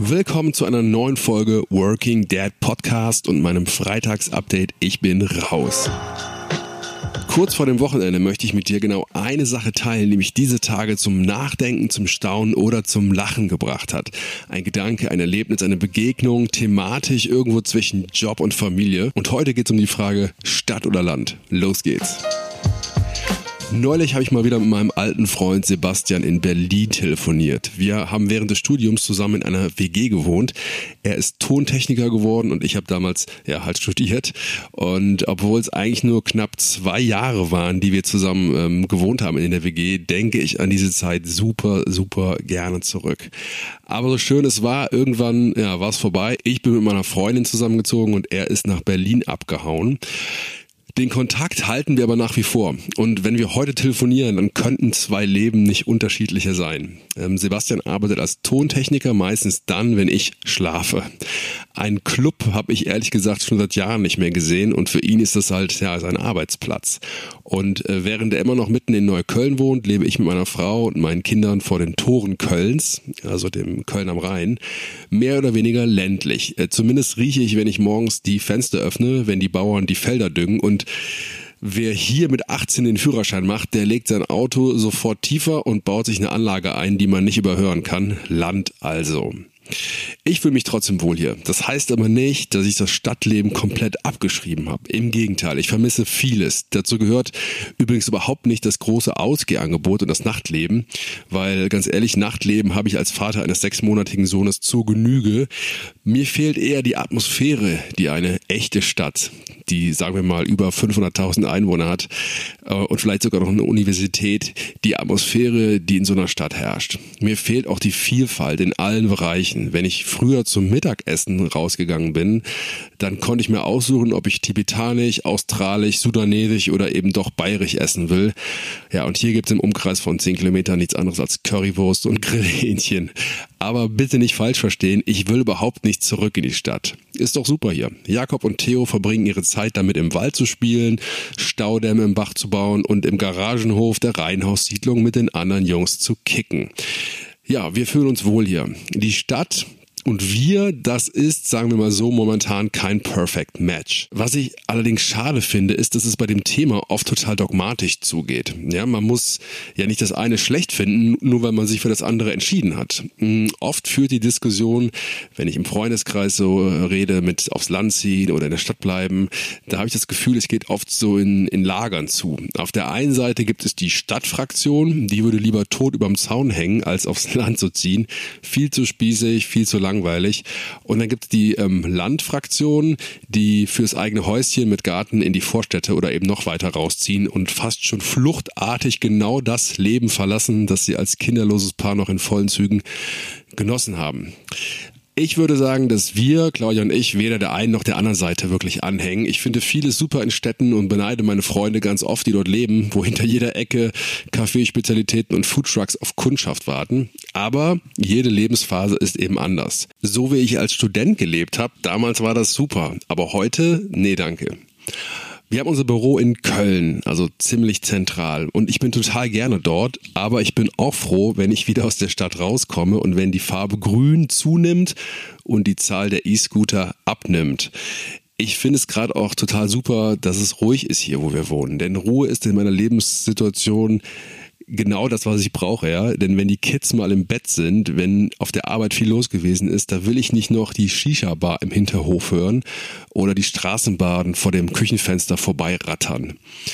Willkommen zu einer neuen Folge Working Dad Podcast und meinem Freitags-Update. Ich bin raus. Kurz vor dem Wochenende möchte ich mit dir genau eine Sache teilen, die mich diese Tage zum Nachdenken, zum Staunen oder zum Lachen gebracht hat. Ein Gedanke, ein Erlebnis, eine Begegnung, thematisch irgendwo zwischen Job und Familie. Und heute geht es um die Frage Stadt oder Land. Los geht's. Neulich habe ich mal wieder mit meinem alten Freund Sebastian in Berlin telefoniert. Wir haben während des Studiums zusammen in einer WG gewohnt. Er ist Tontechniker geworden und ich habe damals studiert. Und obwohl es eigentlich nur knapp 2 Jahre waren, die wir zusammen gewohnt haben in der WG, denke ich an diese Zeit super, super gerne zurück. Aber so schön es war, irgendwann war es vorbei. Ich bin mit meiner Freundin zusammengezogen und er ist nach Berlin abgehauen. Den Kontakt halten wir aber nach wie vor. Und wenn wir heute telefonieren, dann könnten 2 Leben nicht unterschiedlicher sein. Sebastian arbeitet als Tontechniker, meistens dann, wenn ich schlafe. Einen Club habe ich ehrlich gesagt schon seit Jahren nicht mehr gesehen und für ihn ist das halt sein Arbeitsplatz. Und während er immer noch mitten in Neukölln wohnt, lebe ich mit meiner Frau und meinen Kindern vor den Toren Kölns, also dem Köln am Rhein, mehr oder weniger ländlich. Zumindest rieche ich, wenn ich morgens die Fenster öffne, wenn die Bauern die Felder düngen. Und wer hier mit 18 den Führerschein macht, der legt sein Auto sofort tiefer und baut sich eine Anlage ein, die man nicht überhören kann. Land also. Ich fühle mich trotzdem wohl hier. Das heißt aber nicht, dass ich das Stadtleben komplett abgeschrieben habe. Im Gegenteil, ich vermisse vieles. Dazu gehört übrigens überhaupt nicht das große Ausgehangebot und das Nachtleben, weil ganz ehrlich, Nachtleben habe ich als Vater eines 6-monatigen Sohnes zur Genüge. Mir fehlt eher die Atmosphäre, die eine echte Stadt, die, sagen wir mal, über 500.000 Einwohner hat und vielleicht sogar noch eine Universität, die Atmosphäre, die in so einer Stadt herrscht. Mir fehlt auch die Vielfalt in allen Bereichen. Wenn ich früher zum Mittagessen rausgegangen bin, dann konnte ich mir aussuchen, ob ich tibetanisch, australisch, sudanesisch oder eben doch bayerisch essen will. Ja, und hier gibt es im Umkreis von 10 Kilometern nichts anderes als Currywurst und Grillhähnchen. Aber bitte nicht falsch verstehen, ich will überhaupt nicht zurück in die Stadt. Ist doch super hier. Jakob und Theo verbringen ihre Zeit damit, im Wald zu spielen, Staudämme im Bach zu bauen und im Garagenhof der Reihenhaussiedlung mit den anderen Jungs zu kicken. Ja, wir fühlen uns wohl hier. Die Stadt und wir, das ist, sagen wir mal so, momentan kein Perfect Match. Was ich allerdings schade finde, ist, dass es bei dem Thema oft total dogmatisch zugeht. Ja, man muss ja nicht das eine schlecht finden, nur weil man sich für das andere entschieden hat. Oft führt die Diskussion, wenn ich im Freundeskreis so rede, mit aufs Land ziehen oder in der Stadt bleiben, da habe ich das Gefühl, es geht oft so in Lagern zu. Auf der einen Seite gibt es die Stadtfraktion, die würde lieber tot überm Zaun hängen, als aufs Land zu ziehen. Viel zu spießig, viel zu langweilig. Und dann gibt es die Landfraktion, die fürs eigene Häuschen mit Garten in die Vorstädte oder eben noch weiter rausziehen und fast schon fluchtartig genau das Leben verlassen, das sie als kinderloses Paar noch in vollen Zügen genossen haben. Ich würde sagen, dass wir, Claudia und ich, weder der einen noch der anderen Seite wirklich anhängen. Ich finde vieles super in Städten und beneide meine Freunde ganz oft, die dort leben, wo hinter jeder Ecke Kaffeespezialitäten und Foodtrucks auf Kundschaft warten. Aber jede Lebensphase ist eben anders. So wie ich als Student gelebt habe, damals war das super. Aber heute, nee, danke. Wir haben unser Büro in Köln, also ziemlich zentral und ich bin total gerne dort, aber ich bin auch froh, wenn ich wieder aus der Stadt rauskomme und wenn die Farbe grün zunimmt und die Zahl der E-Scooter abnimmt. Ich finde es gerade auch total super, dass es ruhig ist hier, wo wir wohnen, denn Ruhe ist in meiner Lebenssituation genau das, was ich brauche, ja. Denn wenn die Kids mal im Bett sind, wenn auf der Arbeit viel los gewesen ist, da will ich nicht noch die Shisha-Bar im Hinterhof hören oder die Straßenbahn vor dem Küchenfenster vorbeirattern.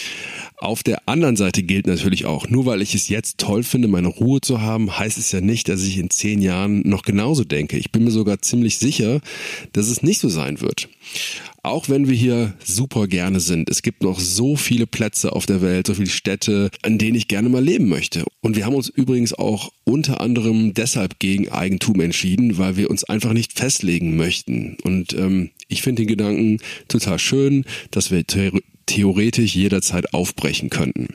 Auf der anderen Seite gilt natürlich auch, nur weil ich es jetzt toll finde, meine Ruhe zu haben, heißt es ja nicht, dass ich in 10 Jahren noch genauso denke. Ich bin mir sogar ziemlich sicher, dass es nicht so sein wird. Auch wenn wir hier super gerne sind. Es gibt noch so viele Plätze auf der Welt, so viele Städte, an denen ich gerne mal leben möchte. Und wir haben uns übrigens auch unter anderem deshalb gegen Eigentum entschieden, weil wir uns einfach nicht festlegen möchten. Und ich finde den Gedanken total schön, dass wir theoretisch jederzeit aufbrechen könnten.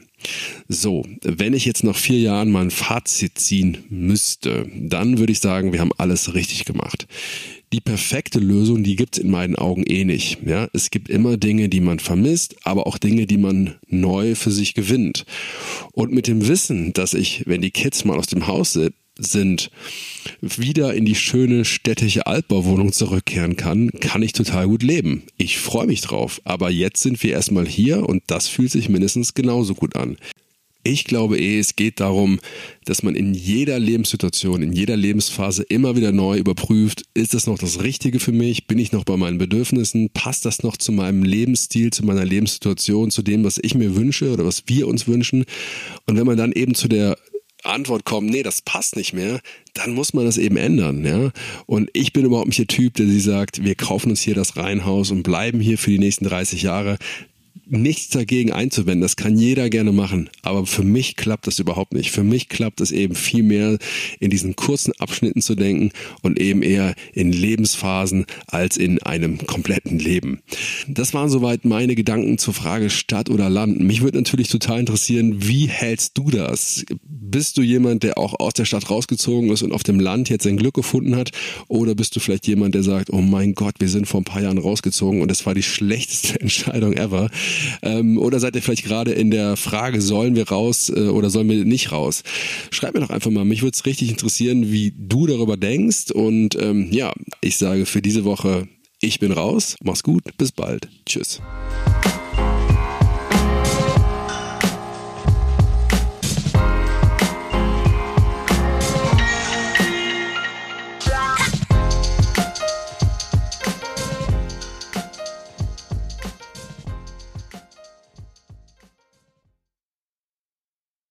So, wenn ich jetzt nach 4 Jahren mal ein Fazit ziehen müsste, dann würde ich sagen, wir haben alles richtig gemacht. Die perfekte Lösung, die gibt's in meinen Augen eh nicht. Ja, es gibt immer Dinge, die man vermisst, aber auch Dinge, die man neu für sich gewinnt. Und mit dem Wissen, dass ich, wenn die Kids mal aus dem Haus sind, wieder in die schöne städtische Altbauwohnung zurückkehren kann ich total gut leben. Ich freue mich drauf. Aber jetzt sind wir erstmal hier und das fühlt sich mindestens genauso gut an. Ich glaube es geht darum, dass man in jeder Lebenssituation, in jeder Lebensphase immer wieder neu überprüft, ist das noch das Richtige für mich? Bin ich noch bei meinen Bedürfnissen? Passt das noch zu meinem Lebensstil, zu meiner Lebenssituation, zu dem, was ich mir wünsche oder was wir uns wünschen? Und wenn man dann eben zu der Antwort kommt, nee, das passt nicht mehr, dann muss man das eben ändern, ja. Und ich bin überhaupt nicht der Typ, der sagt, wir kaufen uns hier das Reihenhaus und bleiben hier für die nächsten 30 Jahre. Nichts dagegen einzuwenden, das kann jeder gerne machen, aber für mich klappt das überhaupt nicht. Für mich klappt es eben viel mehr, in diesen kurzen Abschnitten zu denken und eben eher in Lebensphasen als in einem kompletten Leben. Das waren soweit meine Gedanken zur Frage Stadt oder Land. Mich würde natürlich total interessieren, wie hältst du das? Bist du jemand, der auch aus der Stadt rausgezogen ist und auf dem Land jetzt sein Glück gefunden hat? Oder bist du vielleicht jemand, der sagt, oh mein Gott, wir sind vor ein paar Jahren rausgezogen und das war die schlechteste Entscheidung ever? Oder seid ihr vielleicht gerade in der Frage, sollen wir raus oder sollen wir nicht raus? Schreib mir doch einfach mal, mich würde es richtig interessieren, wie du darüber denkst. Und ich sage für diese Woche, ich bin raus. Mach's gut, bis bald. Tschüss.